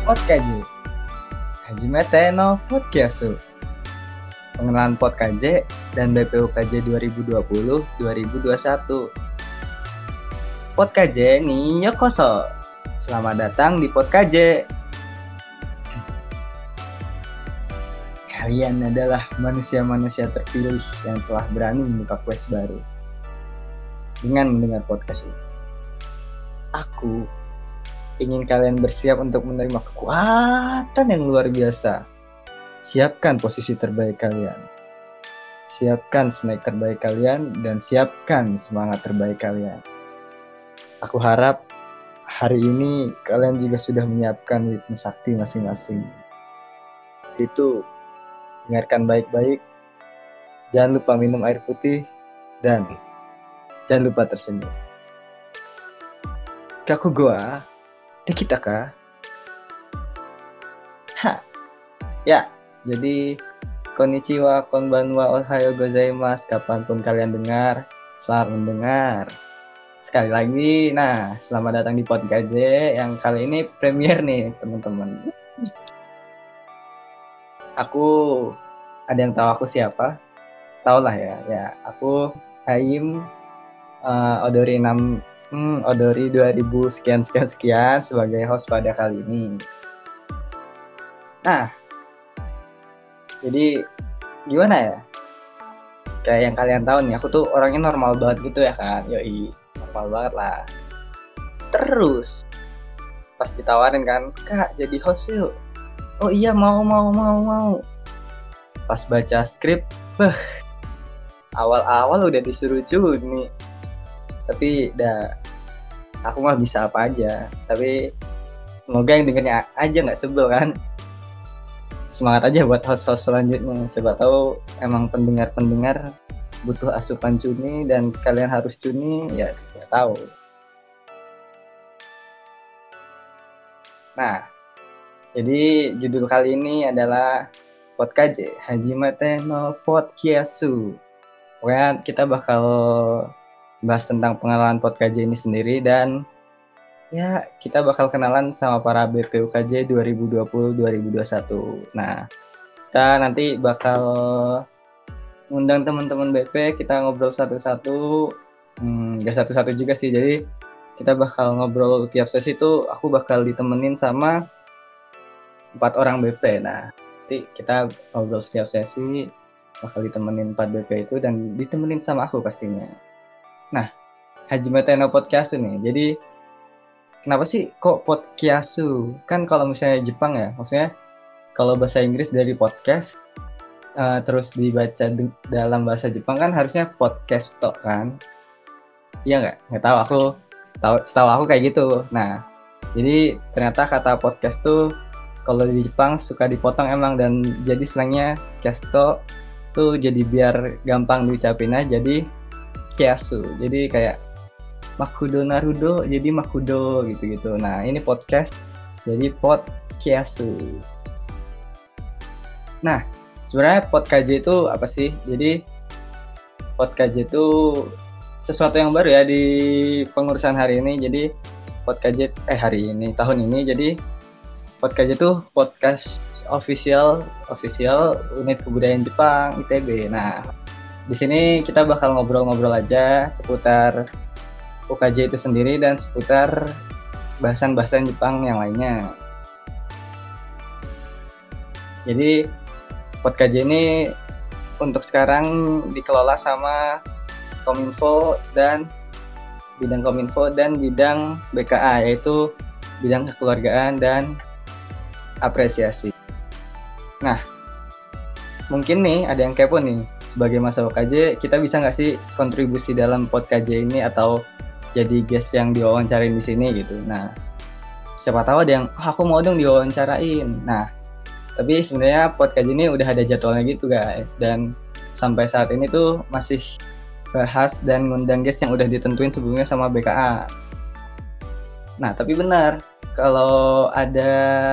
Podcast Hajime no Podcast. Pengenalan Podcast dan BPUKJ 2020-2021. Podcast ni yokoso. Selamat datang di Podcast. Kalian adalah manusia-manusia terpilih yang telah berani membuka quest baru dengan mendengar podcast ini. Aku ingin kalian bersiap untuk menerima kekuatan yang luar biasa. Siapkan posisi terbaik kalian. Siapkan snack terbaik kalian dan siapkan semangat terbaik kalian. Aku harap hari ini kalian juga sudah menyiapkan ritme sakti masing-masing. Itu, dengarkan baik-baik. Jangan lupa minum air putih dan jangan lupa tersenyum. Kakugwa Tikitaka. Ya, jadi konnichiwa, konbanwa, ohayo gozaimasu. Kapanpun kalian dengar, selamat mendengar. Sekali lagi, selamat datang di podcast yang kali ini premier nih, teman-teman. Ada yang tahu aku siapa? Tahu lah ya. Aku Haim Odori 2000 sekian sebagai host pada kali ini. Jadi gimana ya? Kayak yang kalian tahu nih, aku tuh orangnya normal banget gitu ya kan. Yoi, normal banget lah. Terus pas ditawarin kan, "Kak, jadi host yuk." Oh iya, mau. Pas baca skrip, awal-awal udah disuruh nih. Tapi aku mah bisa apa aja. Tapi semoga yang dengernya aja nggak sebel kan. Semangat aja buat host-host selanjutnya. Siapa tahu emang pendengar butuh asupan cuni dan kalian harus cuni, ya nggak tahu. Jadi judul kali ini adalah Podcast Hajime no Podcast. Pokoknya kita bakal bahas tentang pengalaman podcast ini sendiri dan ya kita bakal kenalan sama para BPUKJ 2020-2021. Kita nanti bakal ngundang teman-teman BP, kita ngobrol satu-satu. Gak satu-satu juga sih, jadi kita bakal ngobrol tiap sesi itu aku bakal ditemenin sama 4 orang BP. Nanti kita ngobrol setiap sesi bakal ditemenin 4 BP itu dan ditemenin sama aku pastinya. Hajime no Podcast nih. Jadi kenapa sih kok podcast? Kan kalau misalnya Jepang ya, maksudnya kalau bahasa Inggris dari podcast terus dibaca dalam bahasa Jepang kan harusnya podcast kan? Iya nggak tahu, setahu aku kayak gitu. Jadi ternyata kata podcast tuh kalau di Jepang suka dipotong emang dan jadi slangnya kesto tuh jadi biar gampang diucapinnya jadi kiasu. Jadi kayak Makudo Naruto jadi Makudo gitu. Ini podcast jadi podcastu. Sebenarnya podcast itu apa sih? Jadi podcast itu sesuatu yang baru ya di pengurusan hari ini. Jadi podcast tahun ini jadi podcast itu podcast official unit kebudayaan Jepang ITB. Di sini kita bakal ngobrol-ngobrol aja seputar UKJ itu sendiri dan seputar bahasan-bahasan Jepang yang lainnya. Jadi podcast ini untuk sekarang dikelola sama Kominfo dan bidang BKA, yaitu bidang kekeluargaan dan apresiasi. Mungkin nih ada yang kepo nih, sebagai masa UKJ kita bisa nggak sih kontribusi dalam podcast ini atau jadi guest yang diwawancarain di sini gitu. Siapa tahu ada yang aku mau dong diwawancarain. Tapi sebenarnya podcast ini udah ada jadwalnya gitu guys, dan sampai saat ini tuh masih bahas dan ngundang guest yang udah ditentuin sebelumnya sama BKA. Tapi benar kalau ada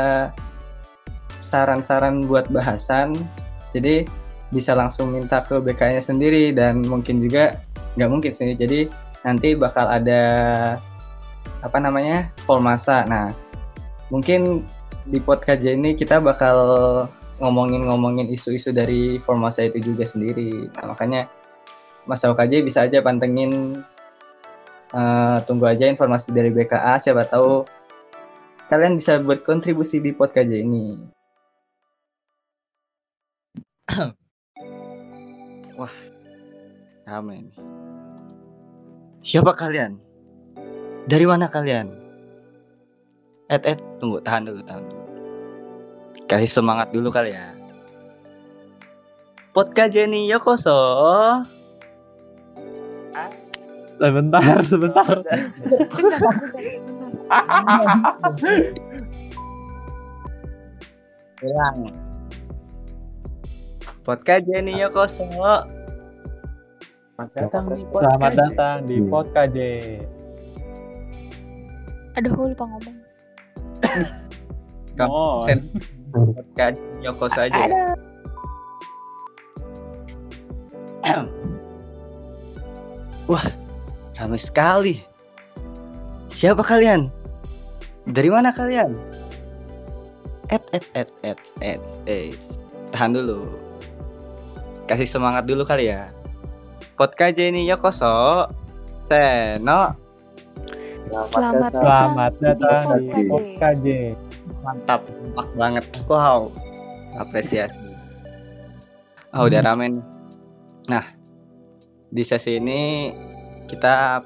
saran-saran buat bahasan, jadi bisa langsung minta ke BKA-nya sendiri, dan mungkin juga nggak mungkin sih. Jadi nanti bakal ada formasa. Mungkin di podcast ini kita bakal ngomongin isu-isu dari Formasa itu juga sendiri. Nah, makanya Mas KJ bisa aja pantengin, tunggu aja informasi dari BKA, siapa tahu kalian bisa berkontribusi di podcast ini. Wah, ramai nih. Siapa kalian? Dari mana kalian? Tunggu, tahan dulu. Kasih semangat dulu kali ya. Podcast Jenny Yokoso. Sebentar. Hilang. Podcast Jenny Yokoso. Selamat datang di podcast J. Aduh, gue lupa ngomong. Podcast Yokoso aja ya. Wah, ramai sekali. Siapa kalian? Dari mana kalian? Tahan dulu. Kasih semangat dulu kali ya. Podcast Jenny Yokoso. Seno. Selamat datang di podcast J. Mantap banget. Wow. Apresiasi. Udah rame nih. Nah, di sesi ini kita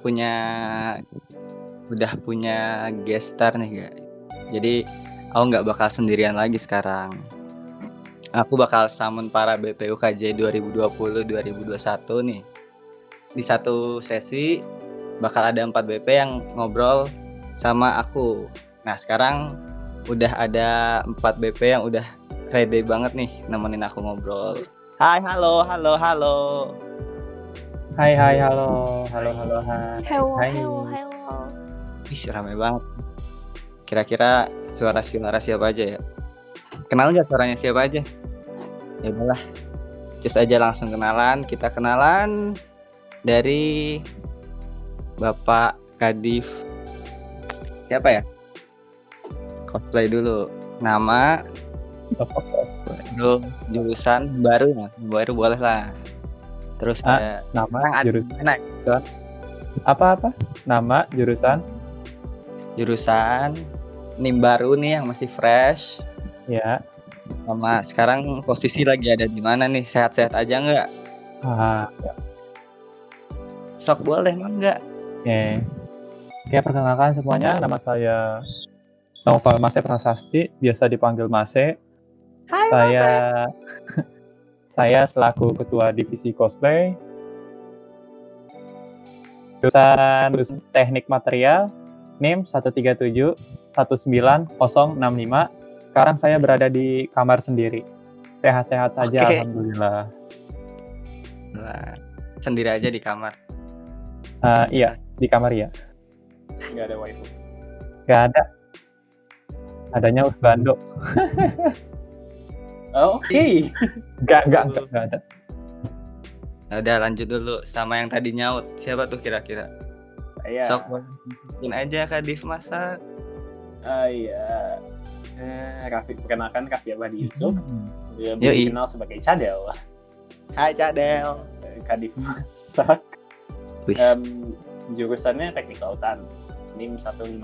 udah punya guest star nih guys. Jadi aku nggak bakal sendirian lagi sekarang. Aku bakal summon para BPU KJ 2020-2021 nih. Di satu sesi bakal ada 4 BP yang ngobrol sama aku. Nah, sekarang udah ada 4 BP yang udah ready banget nih nemenin aku ngobrol. Hai, halo. Hai, halo. Hello. Ih, ramai banget. Kira-kira suara siapa aja ya? Kenal nggak suaranya siapa aja? Ya udahlah, cus aja langsung kenalan. Kita kenalan dari Bapak Kadif. Siapa ya? Cosplay dulu. Nama, terus jurusan baru boleh lah. Terus ada nama, jurusan. Mana? Apa? Nama, Jurusan NIM baru nih yang masih fresh. Ya. Sama sekarang posisi lagi ada di mana nih? Sehat-sehat aja nggak? Ya. Sok boleh nggak? Oke, perkenalkan semuanya. Nama saya Noval Mase Prasasti, biasa dipanggil Mase. Hai, Saya selaku ketua divisi cosplay. Jurusan Teknik Material, NIM 137-19065. Sekarang saya berada di kamar sendiri. Sehat-sehat saja, Oke. Alhamdulillah. Nah, sendiri aja di kamar. Iya, di kamar ya. Nggak ada waifu. Nggak ada. Adanya Usbando. Oke. Nggak ada. Nah, udah lanjut dulu sama yang tadi nyaut. Siapa tuh kira-kira? Saya. Sok mungkin aja Kadif masak. Iya. Raffi, perkenalkan Raffi Abadi Yusuf. Dia Yoi. dikenal sebagai Cadel. Hai Cadel. Kadif masak. Wih. Jurusannya Teknik Lautan. NIM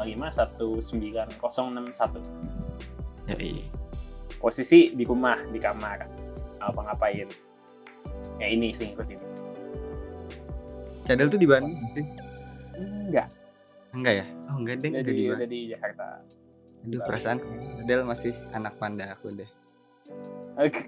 155-19061. Yoi. Posisi di rumah, di kamar. Apa-ngapain. Ya ini sih ikut ini. Cadel tuh di Bandung sih? Enggak. Enggak ya? Oh enggak deh, enggak di Bandung. Jadi Jakarta. Aduh, perasaan Cadel masih anak panda aku deh. Oke.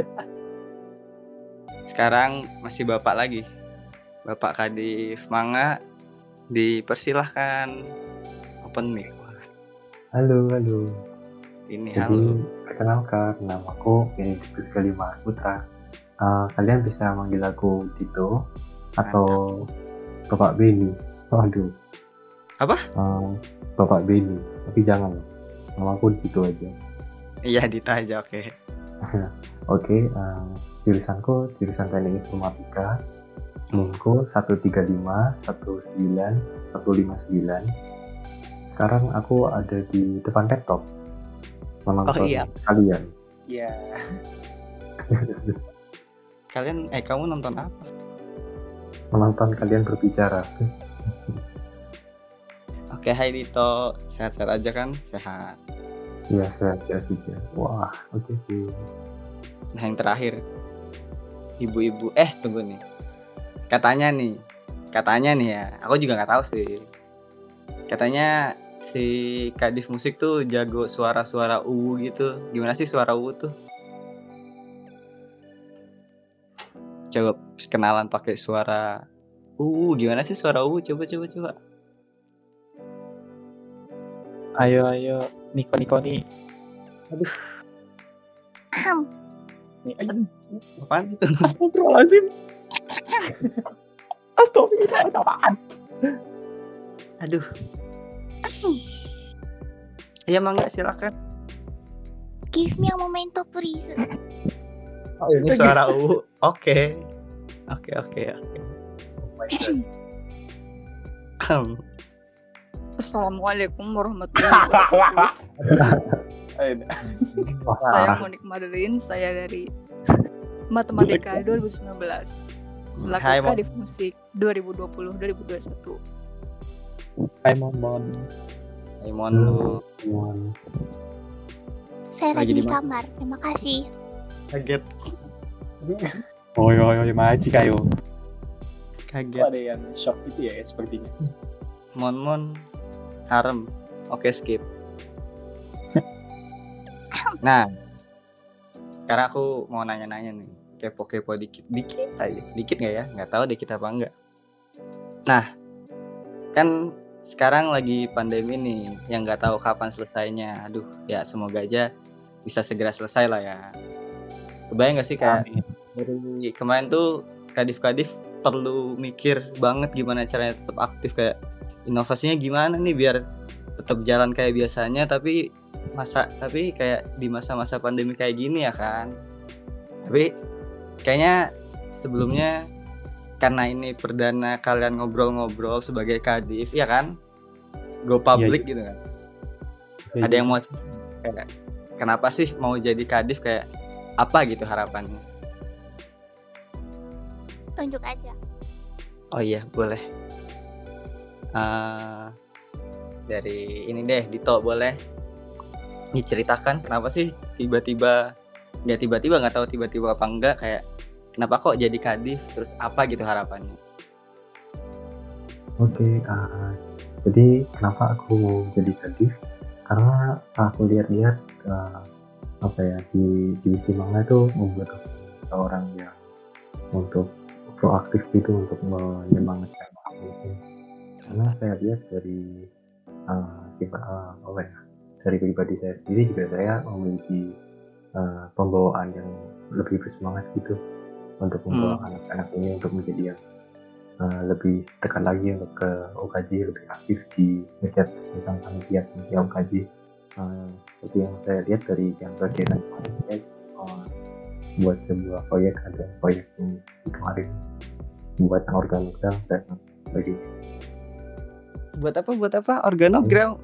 Sekarang masih Bapak lagi. Bapak Kadif Manga, dipersilahkan open mic. Halo. Ini Jadi, halo. perkenalkan, namaku Benedictus Galima Putra. Kalian bisa manggil aku Tito atau Bapak Beni. Waduh. Apa? Bapak Beni. Tapi jangan. Namaku Tito aja. Iya, Dita aja, oke. Oke, jurusanku jurusan Teknik Informatika. NIMku 135-19159. Sekarang aku ada di depan laptop. menonton iya. kalian. Iya. Kamu nonton apa? Menonton kalian berbicara. Oke, hai Dito, sehat-sehat aja kan? Sehat. Iya, sehat juga. Wah, oke sih. Nah, yang terakhir, ibu-ibu, tunggu nih. Katanya nih ya, aku juga nggak tahu sih. Katanya si Kadif Musik tuh jago suara-suara gitu. Gimana sih suara tuh? Coba kenalan pakai suara gimana sih suara Coba. Ayo, Niko nih. Nih, Apaan itu? Astagfirullahaladzim. Astagfirullah, apaan? Aduh. Ya mangga silakan. Give me a momento please. Oh, ini suara Oke. Assalamualaikum warahmatullahi wabarakatuh. Saya Monik Madeline, saya dari Matematika 2019. Selaku Hai, Mon. Kadif Musik 2020-2021. Hai Mon. Lu Saya Lagi lagi di di mana? kamar. Terima kasih. kaget. Oi, maji kayo. Kok Kaget. ada yang shock gitu ya sepertinya. Mon harem. Oke, skip. Nah, sekarang aku mau nanya-nanya nih. Kepo dikit aja. Dikit nggak ya? Nggak tahu deh kita apa enggak. Nah, kan sekarang lagi pandemi nih, yang nggak tahu kapan selesainya. Aduh, ya semoga aja bisa segera selesai lah ya. Kebayang nggak sih kayak Amin. dari kemarin tuh kadif-kadif perlu mikir banget gimana caranya tetap aktif, kayak inovasinya gimana nih biar tetap jalan kayak biasanya tapi kayak di masa-masa pandemi kayak gini ya kan. Tapi kayaknya sebelumnya karena ini perdana kalian ngobrol-ngobrol sebagai kadif ya kan, go public gitu kan. Ada yang mau kayak kenapa sih mau jadi kadif, kayak apa gitu harapannya? Tunjuk aja. Oh iya, boleh. Dari ini deh, Dito boleh diceritakan kenapa sih tiba-tiba nggak tahu tiba-tiba apa enggak, kayak kenapa kok jadi kadif, terus apa gitu harapannya? Oke, jadi kenapa aku mau jadi kadif? Karena aku lihat-lihat di divisi manga itu membuat orang yang untuk proaktif gitu untuk menyemangatkan aku. Karena saya lihat dari dari pribadi saya sendiri juga saya memiliki pembawaan yang lebih bersemangat gitu untuk membawa anak-anak ini untuk menjadi yang lebih dekat lagi untuk ke OKJ, lebih aktif di ngechat tentang panitia OKJ. Seperti yang saya lihat dari yang kegiatan kemarin, buat sebuah proyek, ada proyek yang kemarin buat organogram dan sebagainya. Buat apa? Organogram.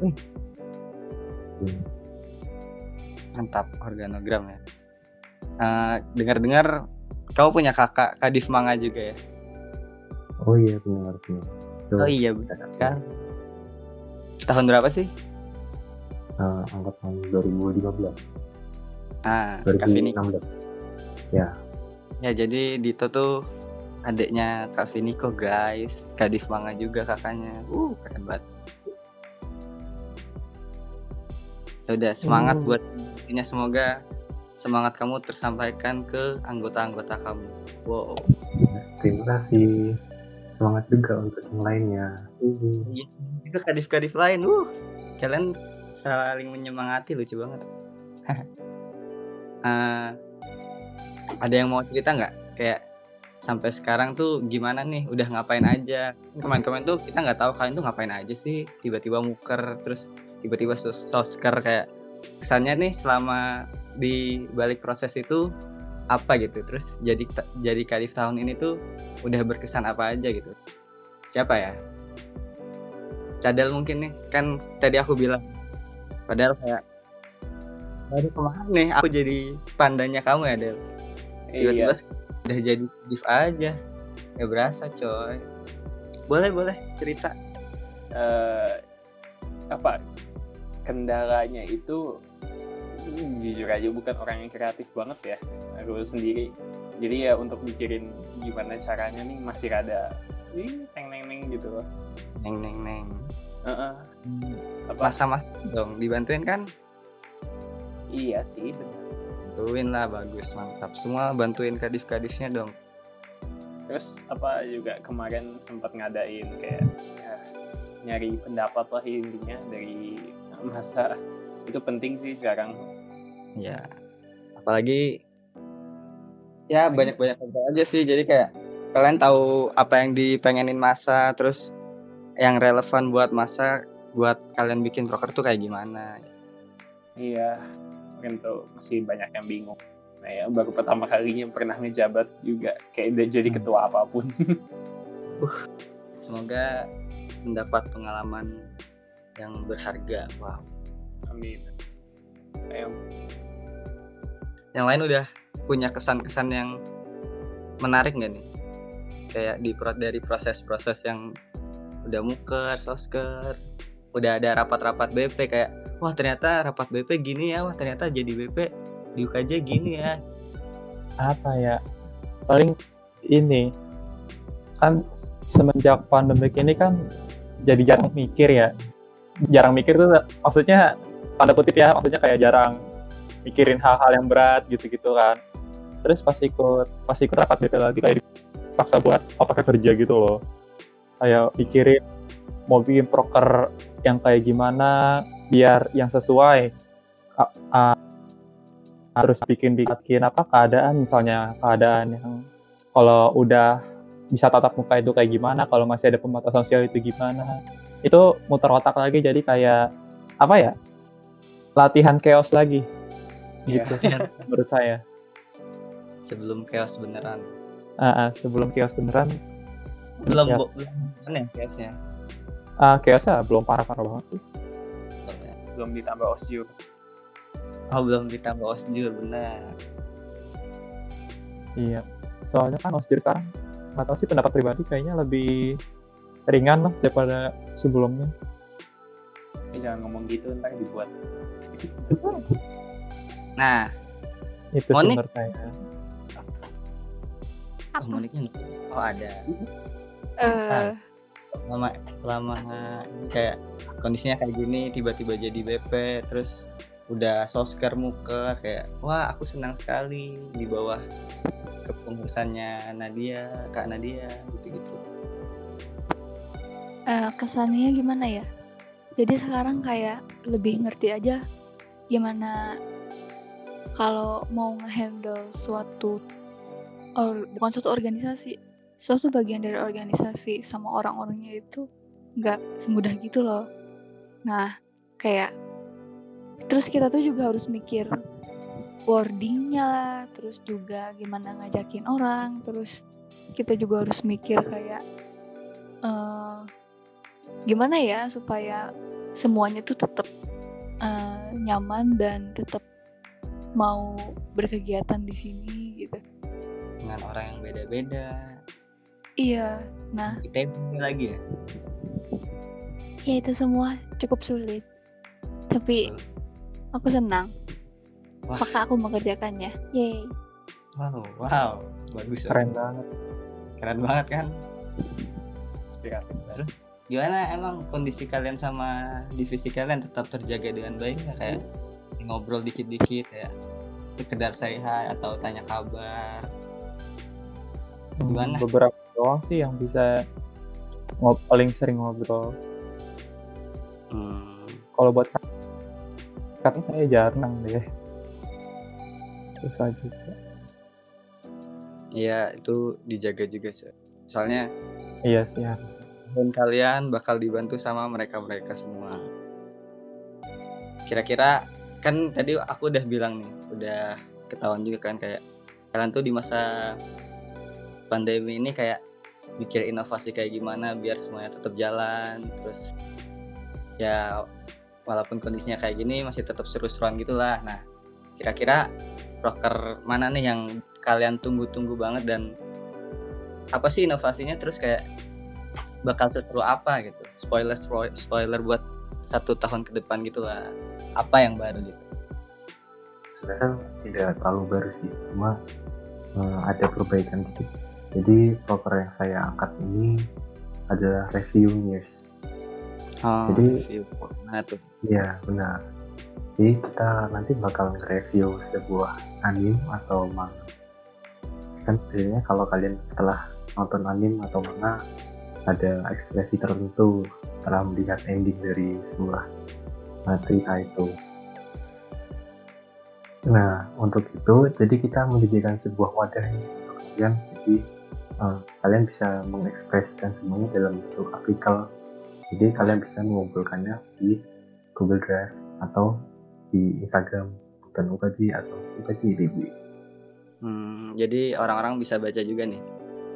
Mantap, organogram ya. Dengar-dengar kamu punya kakak kadif manga juga ya? Oh iya, benar. Oh iya, benar sekali. Tahun berapa sih? Angkatan 2015. 2016. Ya. Ya, jadi Dito tuh adiknya Kak Viniko guys, kadif manga juga kakaknya. Keren banget. Udah semangat buat intinya, semoga semangat kamu tersampaikan ke anggota-anggota kamu. Wow. Terima kasih. Semangat juga untuk yang lainnya. Iya, juga kadif-kadif lain. Kalian saling menyemangati, lucu banget. Ada yang mau cerita nggak? Kayak sampai sekarang tuh gimana nih? Udah ngapain aja? Kemarin-kemarin tuh kita nggak tahu kalian tuh ngapain aja sih. Tiba-tiba muker, terus tiba-tiba sosker, kayak kesannya nih selama di balik proses itu apa gitu. Terus jadi kadif tahun ini tuh udah berkesan apa aja gitu. Siapa ya? Cadel mungkin nih, kan tadi aku bilang padahal kayak Baru kemana nih? Aku jadi pandanya kamu ya, Del. Iya. Tiba-tiba udah jadi div aja. Gak berasa, coy. Boleh cerita. Apa kendalanya itu jujur aja bukan orang yang kreatif banget ya aku sendiri. Jadi ya untuk mikirin gimana caranya nih masih rada neng gitu loh. Neng. Apa? Masa-masa dong, dibantuin kan? Iya sih benar. Bantuin lah, bagus, mantap. Semua bantuin kadif-kadifnya dong. Terus apa juga kemarin sempat ngadain kayak ya, nyari pendapat lah intinya dari masa itu penting sih sekarang. Ya, apalagi ya banyak-banyak kontrol aja sih. Jadi kayak kalian tahu apa yang dipengenin masa, terus yang relevan buat masa, buat kalian bikin proker tuh kayak gimana. Iya, mungkin tuh masih banyak yang bingung. Nah ya baru pertama kalinya pernah ngejabat juga kayak udah jadi ketua apapun. Semoga mendapat pengalaman yang berharga. Wow. Amin. Ayo. Yang lain udah punya kesan-kesan yang menarik nggak nih? Kayak dari proses-proses yang udah muker, sosker, udah ada rapat-rapat BP kayak, wah ternyata rapat BP gini ya, wah ternyata jadi BP di UKJ gini ya. Apa ya? Paling ini kan semenjak pandemik ini kan jadi jarang mikir ya. Jarang mikir tuh maksudnya tanda kutip ya, maksudnya kayak jarang mikirin hal-hal yang berat gitu-gitu kan. Terus pas ikut rapat BP lagi kayak dipaksa buat otak kerja gitu loh. Kayak pikirin mau bikin proker yang kayak gimana biar yang sesuai. Harus bikin apa keadaan, misalnya keadaan yang kalau udah bisa tatap muka itu kayak gimana, kalau masih ada pembatasan sosial itu gimana. Itu muter otak lagi, jadi kayak apa ya, latihan chaos lagi gitu. Menurut saya Sebelum chaos beneran. Sebelum chaos beneran Belum ya. Mana ya chaosnya? Chaosnya belum parah-parah banget sih. Belum ditambah osjur. Oh, belum ditambah osjur, benar. Iya, soalnya kan osjur sekarang nggak tahu sih, pendapat pribadi kayaknya lebih ringan lah daripada sebelumnya. Jangan ngomong gitu, ntar dibuat. Nah, Itu Monik? menurut saya. Apa? Moniknya ada. Selama kayak kondisinya kayak gini, tiba-tiba jadi BP, terus udah sosker muker, kayak wah aku senang sekali di bawah kepengurusannya Kak Nadia gitu-gitu. Kesannya gimana ya? Jadi sekarang kayak lebih ngerti aja gimana kalau mau ngehandle bukan suatu organisasi, suatu bagian dari organisasi sama orang-orangnya itu nggak semudah gitu loh. Nah, kayak terus kita tuh juga harus mikir wordingnya lah, terus juga gimana ngajakin orang, terus kita juga harus mikir kayak gimana ya supaya semuanya tuh tetap nyaman dan tetap mau berkegiatan di sini gitu. Dengan orang yang beda-beda. Iya, nah Kita lagi ya. ya itu semua cukup sulit. Tapi aku senang. Wah. Maka aku mengerjakannya. Yeay. Wow, bagus. Keren banget. Keren banget kan? Inspiratif banget. Gimana emang kondisi kalian sama divisi kalian tetap terjaga dengan baik nggak? Kayak ngobrol dikit-dikit ya, sekedar say hi atau tanya kabar. Gimana? Beberapa doang sih yang bisa paling sering ngobrol. Kalau buat karena saya jarang deh. Susah juga. Iya, itu dijaga juga sih. Soalnya Iya sih harus. dan kalian bakal dibantu sama mereka semua. Kira-kira kan tadi aku udah bilang nih, udah ketahuan juga kan kayak kalian tuh di masa pandemi ini kayak mikir inovasi kayak gimana biar semuanya tetap jalan, terus ya walaupun kondisinya kayak gini masih tetap seru-seruan gitulah. Nah, Kira-kira proker mana nih yang kalian tunggu-tunggu banget dan apa sih inovasinya, terus kayak bakal seseru apa gitu? Spoiler buat 1 tahun ke depan gitu lah. Apa yang baru gitu? Sebenarnya tidak terlalu baru sih, cuma ada perbaikan dikit. Jadi proker yang saya angkat ini adalah review news. Jadi review. Nah tuh. iya benar. Jadi kita nanti bakal nge-review sebuah anime atau manga. Kan biasanya kalau kalian setelah nonton anime atau manga ada ekspresi tertentu setelah melihat ending dari sebuah cerita itu. Nah, untuk itu, jadi kita menjadikan sebuah wadah untuk kalian. Jadi kalian bisa mengekspresikan semuanya dalam bentuk artikel. Jadi kalian bisa mengumpulkannya di Google Drive atau di Instagram dan UKJ atau UKJ DB. Jadi orang-orang bisa baca juga nih.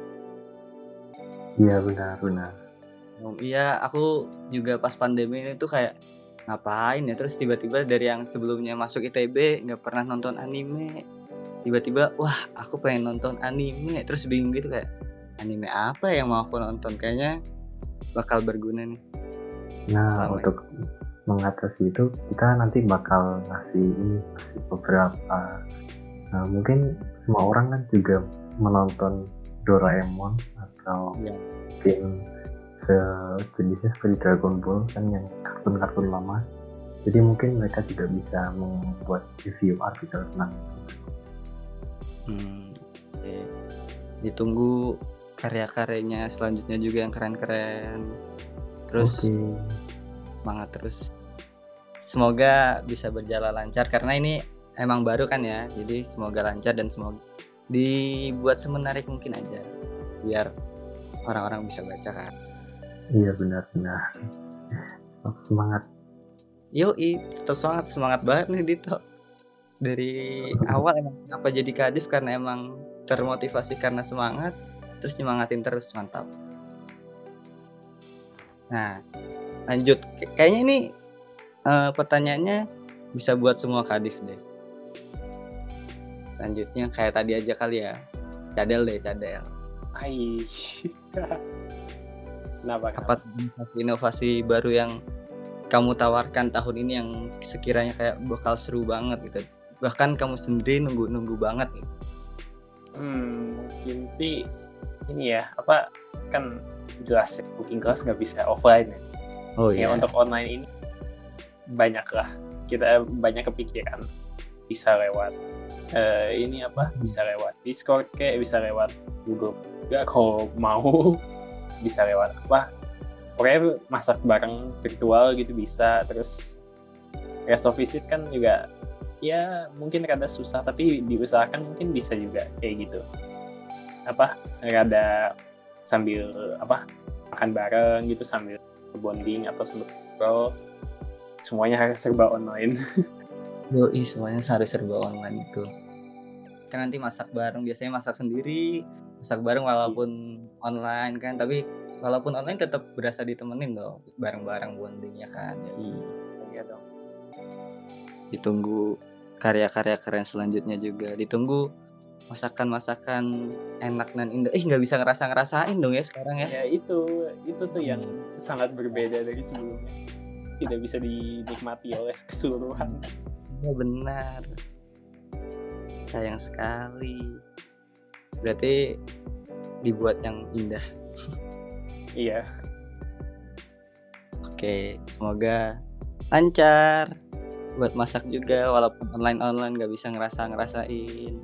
Iya benar. Iya, aku juga pas pandemi ini tuh kayak ngapain ya, terus tiba-tiba dari yang sebelumnya masuk ITB nggak pernah nonton anime, tiba-tiba wah aku pengen nonton anime, terus bingung gitu kayak anime apa yang mau aku nonton, kayaknya bakal berguna nih. Nah, untuk mengatasi itu kita nanti bakal ngasih beberapa mungkin semua orang kan juga menonton Doraemon atau mungkin sejenisnya seperti Dragon Ball kan, yang kartun-kartun lama. Jadi mungkin mereka juga bisa membuat review artikel tentang itu. Ditunggu karya-karyanya selanjutnya juga yang keren-keren. Terus semangat terus. Semoga bisa berjalan lancar karena ini emang baru kan ya. Jadi semoga lancar dan semoga dibuat semenarik mungkin aja biar orang-orang bisa baca kan. Iya benar. Semangat. Yoi, tetap semangat banget nih Dito. Dari awal emang apa jadi Kadif karena emang termotivasi karena semangat, terus nyemangatin terus, mantap. Nah, lanjut. Kayaknya ini pertanyaannya bisa buat semua Kadif deh. Selanjutnya kayak tadi aja kali ya. Cadel. Kenapa? Apa inovasi baru yang kamu tawarkan tahun ini yang sekiranya kayak bakal seru banget gitu, bahkan kamu sendiri nunggu banget gitu? Mungkin sih ini ya, kan jelas ya, cooking class nggak bisa offline ya. Ya untuk online ini banyak lah, kita banyak kepikiran, bisa lewat bisa lewat Discord kayak, bisa lewat Google juga kalau mau, bisa lewat pokoknya masak bareng virtual gitu bisa. Terus resto visit kan juga ya mungkin rada susah, tapi diusahakan mungkin bisa juga kayak gitu, rada sambil makan bareng gitu, sambil bonding atau sambil ngobrol. Semuanya harus serba online. Yoi, semuanya harus serba online itu. Kan nanti masak bareng, biasanya masak sendiri, masak bareng walaupun online kan, tapi walaupun online tetap berasa ditemenin dong, bareng-bareng bondingnya kan. Iya dong. Ditunggu karya-karya keren selanjutnya juga, ditunggu masakan enak dan indah. Nggak bisa ngerasain dong ya sekarang ya. Ya itu tuh yang sangat berbeda dari sebelumnya, tidak bisa dinikmati oleh keseluruhan. Ya benar, sayang sekali. Berarti dibuat yang indah. Iya. Oke, semoga lancar buat masak juga, walaupun online nggak bisa ngerasain.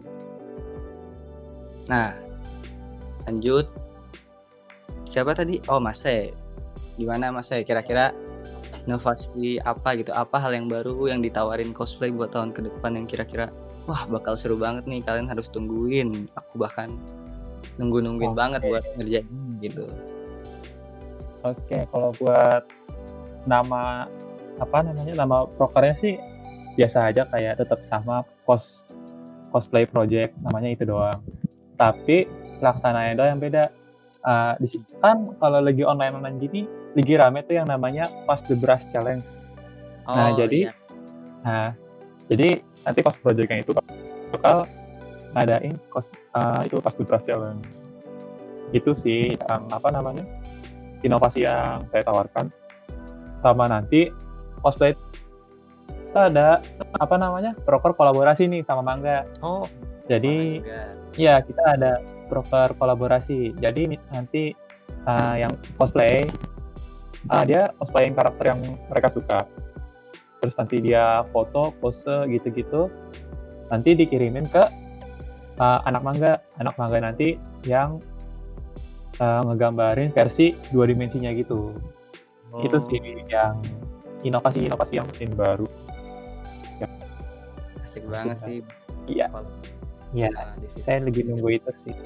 Nah, lanjut. Siapa tadi? Oh, Mase. Gimana Mase? Kira-kira inovasi apa gitu? Apa hal yang baru yang ditawarin cosplay buat tahun ke depan yang kira-kira wah bakal seru banget nih, kalian harus tungguin. Aku bahkan nungguin banget buat ngerjain gitu. Oke, kalau buat nama prokernya sih biasa aja, kayak tetap sama cosplay project, namanya itu doang. Tapi pelaksananya doang yang beda. Di sini kan kalau lagi online gini, lagi rame tuh yang namanya Pass the Brush Challenge. Jadi Jadi nanti pas projectnya itu bakal ngadain itu Paskibraka challenge. Itu sih yang inovasi yang saya tawarkan. Sama nanti cosplay itu ada proker kolaborasi nih sama Mangga. Oh, Jadi Mangga. ya kita ada proker kolaborasi. Jadi nanti yang cosplay dia cosplayin karakter yang mereka suka. Terus nanti dia foto, pose gitu-gitu. Nanti dikirimin ke anak mangga nanti yang ngegambarin versi 2 dimensinya gitu. Itu sih yang inovasi yang mungkin baru. Asik banget sih. Iya. Iya. Saya lagi nunggu itu sih.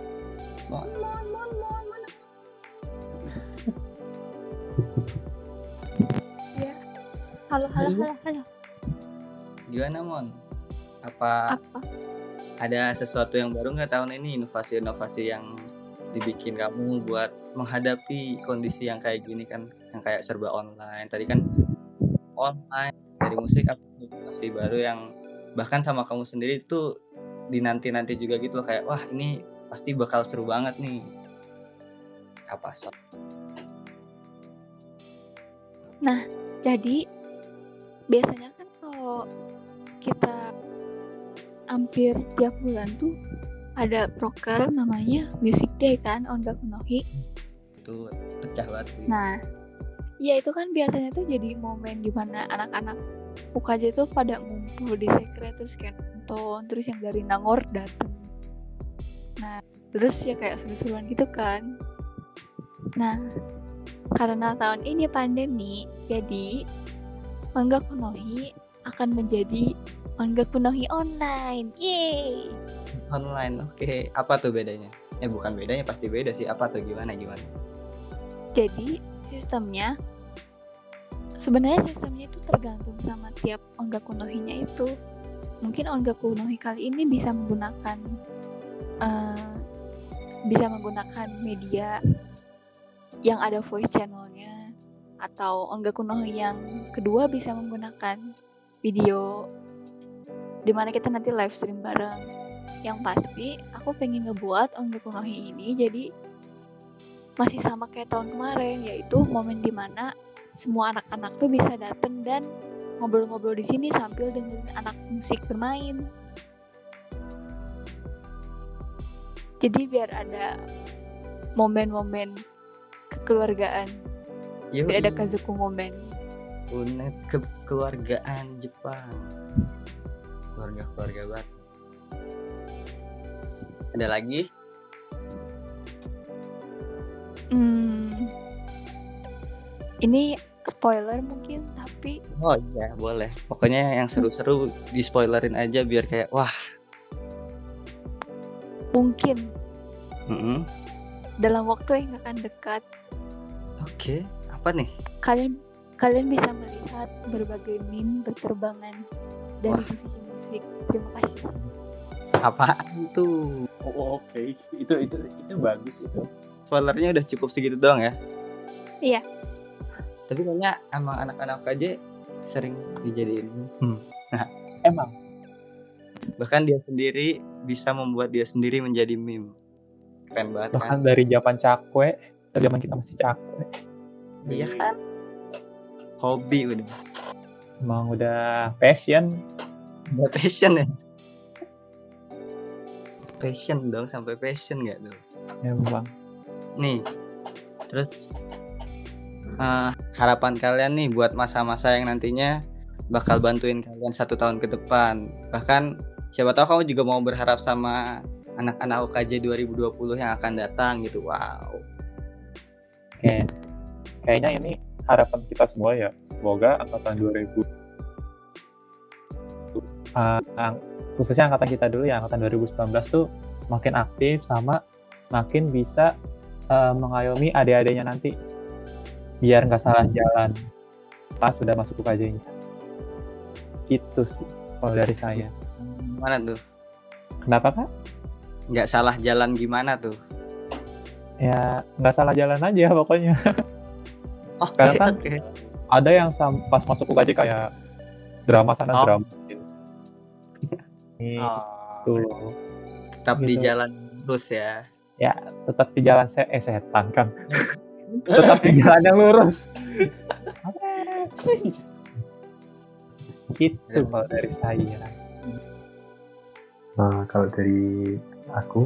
Ya. Halo. Gimana Mon? Apa ada sesuatu yang baru nggak tahun ini, inovasi-inovasi yang dibikin kamu buat menghadapi kondisi yang kayak gini kan, yang kayak serba online. Tadi kan online dari musik, apa inovasi baru yang bahkan sama kamu sendiri itu dinanti-nanti juga gitu loh, kayak wah ini pasti bakal seru banget nih. Apa so? Nah, jadi biasanya kan kalau kita hampir tiap bulan tuh ada proker namanya Music Day kan, Onga Kunohi. Itu pecah banget sih. Nah, ya itu kan biasanya tuh jadi momen dimana anak-anak UKJ tuh pada ngumpul di sekret, terus kayak nonton, terus yang dari Nangor dateng. Nah, terus ya kayak seru-seruan gitu kan. Nah, karena tahun ini pandemi, jadi Onga Kunohi akan menjadi Onga Kunohi online. Yeay! Online, oke. Apa tuh bedanya? Bukan bedanya, pasti beda sih. Apa tuh, gimana? Jadi sebenarnya sistemnya itu tergantung sama tiap Onga Kunohi-nya itu. Mungkin Onga Kunohi kali ini bisa menggunakan media yang ada voice channel-nya, atau Onga Kunohi yang kedua bisa menggunakan video dimana kita nanti live stream bareng. Yang pasti aku pengen ngebuat Onga Kunohi ini jadi masih sama kayak tahun kemarin, yaitu momen dimana semua anak-anak tuh bisa datang dan ngobrol-ngobrol di sini sambil dengerin anak musik bermain. Jadi biar ada momen-momen kekeluargaan, biar ada Kazuku momen. Unet kekeluargaan Jepang, keluarga banget. Ada lagi? Ini spoiler mungkin, tapi oh iya boleh. Pokoknya yang seru-seru di spoilerin aja biar kayak wah. Mungkin dalam waktu yang akan dekat. Oke, apa nih? Kalian bisa melihat berbagai meme berterbangan dari divisi musik. Terima kasih. Apaan tuh? Oh, oke. Itu bagus itu. Spoilernya udah cukup segitu doang ya? Iya. Tapi kayaknya emang anak-anak aja sering dijadiin. Emang. Bahkan dia sendiri bisa membuat dia sendiri menjadi meme. Keren banget kan? Bahkan dari zaman cakwe, dari zaman kita masih cakwe. Iya kan? Hobi udah. Emang udah passion. Udah passion ya? Passion dong, sampai passion gak tuh? Emang. Nih, terus harapan kalian nih buat masa-masa yang nantinya bakal bantuin kalian 1 tahun ke depan. Bahkan siapa tahu kamu juga mau berharap sama anak-anak UKJ 2020 yang akan datang gitu. Wow. Oke. Kayaknya ini harapan kita semua ya. Semoga angkatan 2000 khususnya angkatan kita dulu ya, angkatan 2019 tuh makin aktif sama makin bisa mengayomi adik-adiknya nanti biar nggak salah jalan pas sudah masuk UKJ-nya. Gitu sih kalau dari saya. Gimana tuh? Kenapa Kak? Nggak salah jalan gimana tuh? Ya nggak salah jalan aja pokoknya. Karena kan ada yang pas masuk UKJ kayak drama sana drama sini. Itu loh. Tetap di Gitu. jalan terus ya. Ya, tetap di jalan setan kan. Tetap di jalan yang lurus. Gitu kalau dari saya. Kalau dari aku,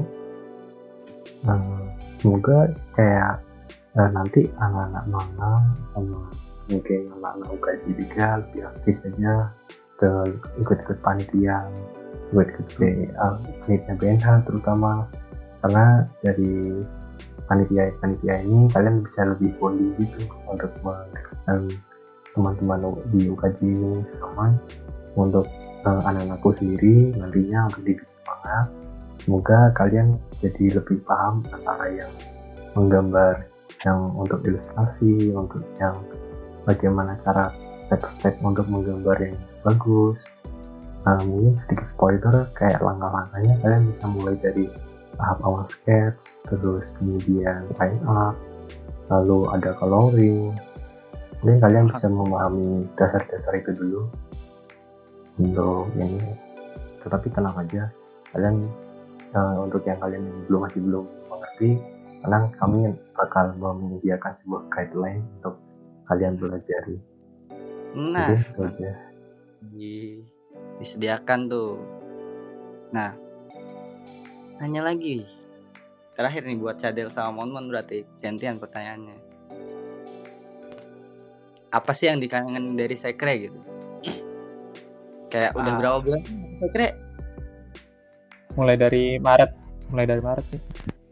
semoga kayak nanti anak-anak manga sama mungkin anak-anak UKJ juga lebih aktif aja ke ikut-ikut panitia, ikut-ikut panitia BNH terutama, karena dari panitia ini kalian bisa lebih bonding gitu untuk mendekatkan teman-teman di UKJ ini sama untuk anak-anakku sendiri nantinya untuk di manga. Semoga kalian jadi lebih paham antara yang menggambar, yang untuk ilustrasi, untuk yang bagaimana cara step-step untuk menggambar yang bagus. Mungkin sedikit spoiler, kayak langkah-langkahnya kalian bisa mulai dari tahap awal sketch, terus kemudian fine art, lalu ada coloring. Mungkin kalian bisa memahami dasar-dasar itu dulu untuk ini. Tetapi tenang aja, kalian untuk yang kalian yang masih belum mengerti, tenang, kami bakal menyediakan sebuah guideline untuk kalian belajar. Nah, Jadi itu aja. Disediakan tuh. Nah, nanya lagi. Terakhir nih buat Cadel sama Monmon, berarti gantian pertanyaannya. Apa sih yang dikangenin dari Sekre gitu? Kayak udah berapa bulan Sekre? Mulai dari Maret sih.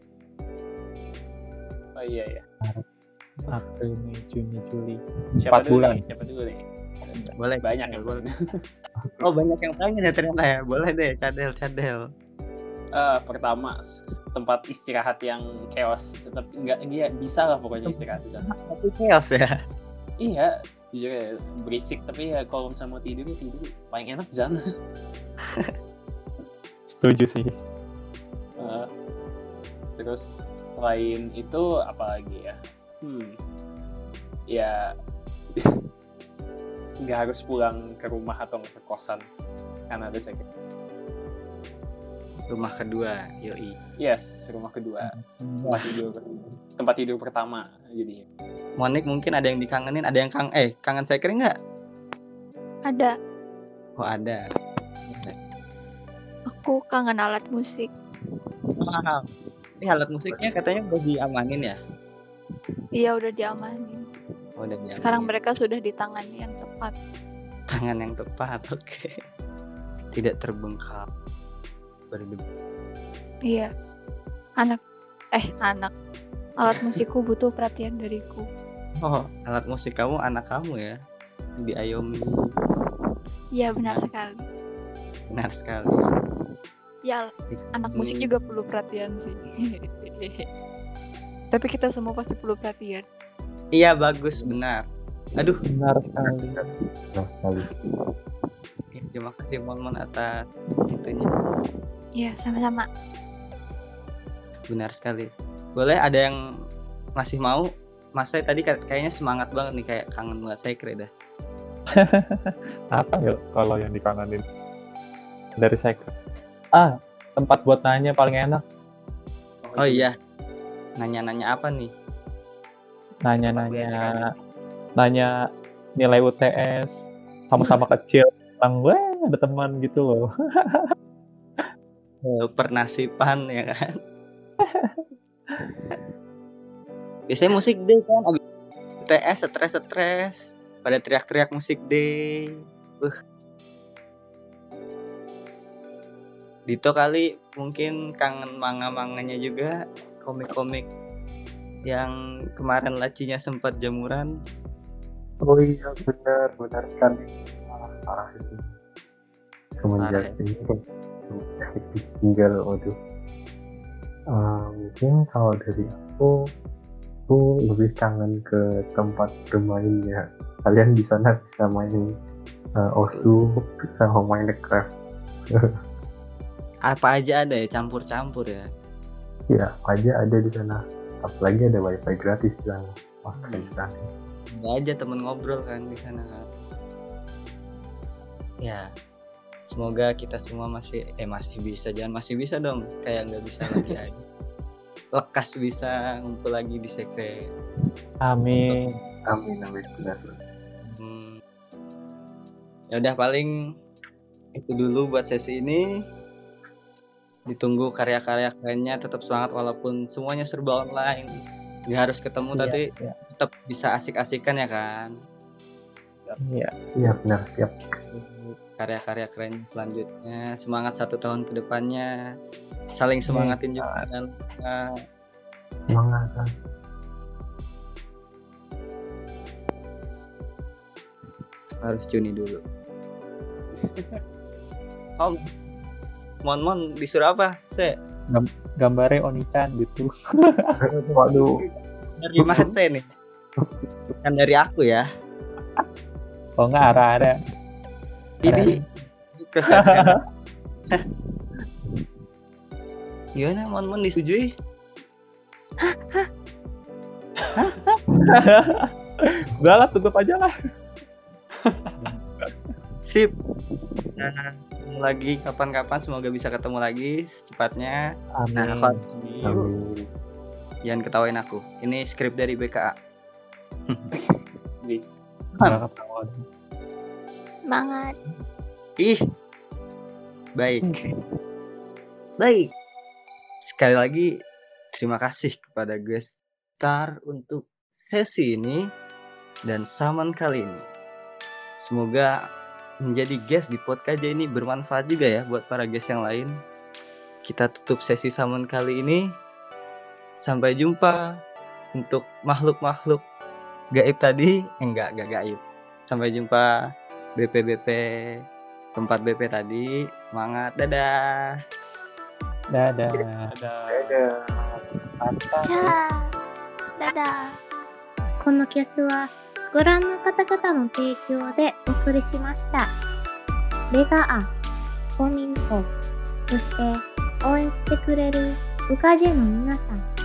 Oh iya. April, Mei, Juni, Juli. 4 Siapa bulan. Siapa dulu nih? Boleh. Banyak ya, boleh. Oh, banyak yang pengen ya ternyata ya. Boleh deh, Cadel. Pertama, tempat istirahat yang chaos. Tetap dia bisa lah pokoknya istirahat di sana. Tapi chaos ya. Iya, jujur ya, berisik, tapi ya kalau misalnya mau tidur paling enak di sana. Setuju sih. Terus selain itu apa lagi ya? Ya nggak harus pulang ke rumah atau ke kosan karena ada sakit. Rumah kedua, yoi. Yes, rumah kedua. Tempat tidur pertama jadinya. Monik mungkin ada yang dikangenin, ada yang kangen Sekre nggak? Ada. Oh, ada. Aku kangen alat musik. Wow. Ini alat musiknya katanya udah diamanin ya? Iya, udah diamanin. Oh, udah diamanin. Sekarang mereka sudah di tangan yang tepat. Tangan yang tepat, oke. Tidak terbengkalai. Iya. Anak. Alat musikku butuh perhatian dariku. Oh, alat musik kamu anak kamu ya? Diayomi. Iya, benar sekali. Benar sekali. Ya, anak musik juga perlu perhatian sih. Tapi kita semua pasti perlu perhatian. Iya, bagus, benar. Aduh, Benar sekali. Benar sekali. terima kasih Mon atas itunya. Iya, sama-sama. Benar sekali. Boleh ada yang masih mau? Mas saya tadi kayaknya semangat banget nih, kayak kangen banget Sekre dah. Apa ya kalau yang dikangenin dari Sekre? Tempat buat nanya paling enak. Oh iya. Nanya-nanya apa nih? Nanya nilai UTS, sama-sama kecil, ada teman gitu loh. Pernasipan ya kan. Biasanya musik day kan, abis UTS stres pada teriak-teriak musik day. Dito kali mungkin kangen manga-manganya juga, komik-komik yang kemarin lacinya sempat jamuran. Oh iya, benar sekali. Parah itu. Semenjak tinggal, waduh. Mungkin kalau dari aku lebih kangen ke tempat bermain ya. Kalian di sana bisa main Osu, bisa main The Craft. Apa aja ada ya, campur-campur ya. Iya, apa aja ada di sana. Apalagi ada wifi gratis yang pakai sekali. Ada aja temen ngobrol kan di sana kan. Ya, Semoga kita semua masih bisa, jangan masih bisa dong, kayak nggak bisa lagi aja. Lekas bisa ngumpul lagi di sekre. Amin. Amin benar. Ya udah paling itu dulu buat sesi ini. Ditunggu karya-karya kerennya, tetap semangat walaupun semuanya serba online. Nggak harus ketemu tapi tetap bisa asik-asikan ya kan. Iya benar, siap. Karya-karya keren selanjutnya, semangat 1 tahun ke depannya, saling semangatin juga kan. Semangat kan. Harus Juni dulu. Om, Mon disuruh apa? Gambarnya Oni-chan gitu. Waduh. Dari Mahase nih. Kan dari aku ya. Oh nggak ada. Ini gimana Mon disetujui? Udah lah, tutup aja lah. Sip. Nah, ketemu lagi kapan-kapan, semoga bisa ketemu lagi secepatnya. Amin. Nah, Amin. jangan ketawain aku. Ini skrip dari BKA. Semangat. Ih. Baik. Baik. Sekali lagi terima kasih kepada guest star untuk sesi ini dan Saman kali ini. Semoga menjadi guest di podcast ini bermanfaat juga ya buat para guest yang lain. Kita tutup sesi Saman kali ini. Sampai jumpa untuk makhluk-makhluk gaib tadi. Enggak gaib. Sampai jumpa BP tempat BP tadi. Semangat, dadah. Dadah. Dadah. このキャスはご覧の方々の提供でお送りしました。レガア、コミンコ、そして応援してくれるウカジェの皆さん、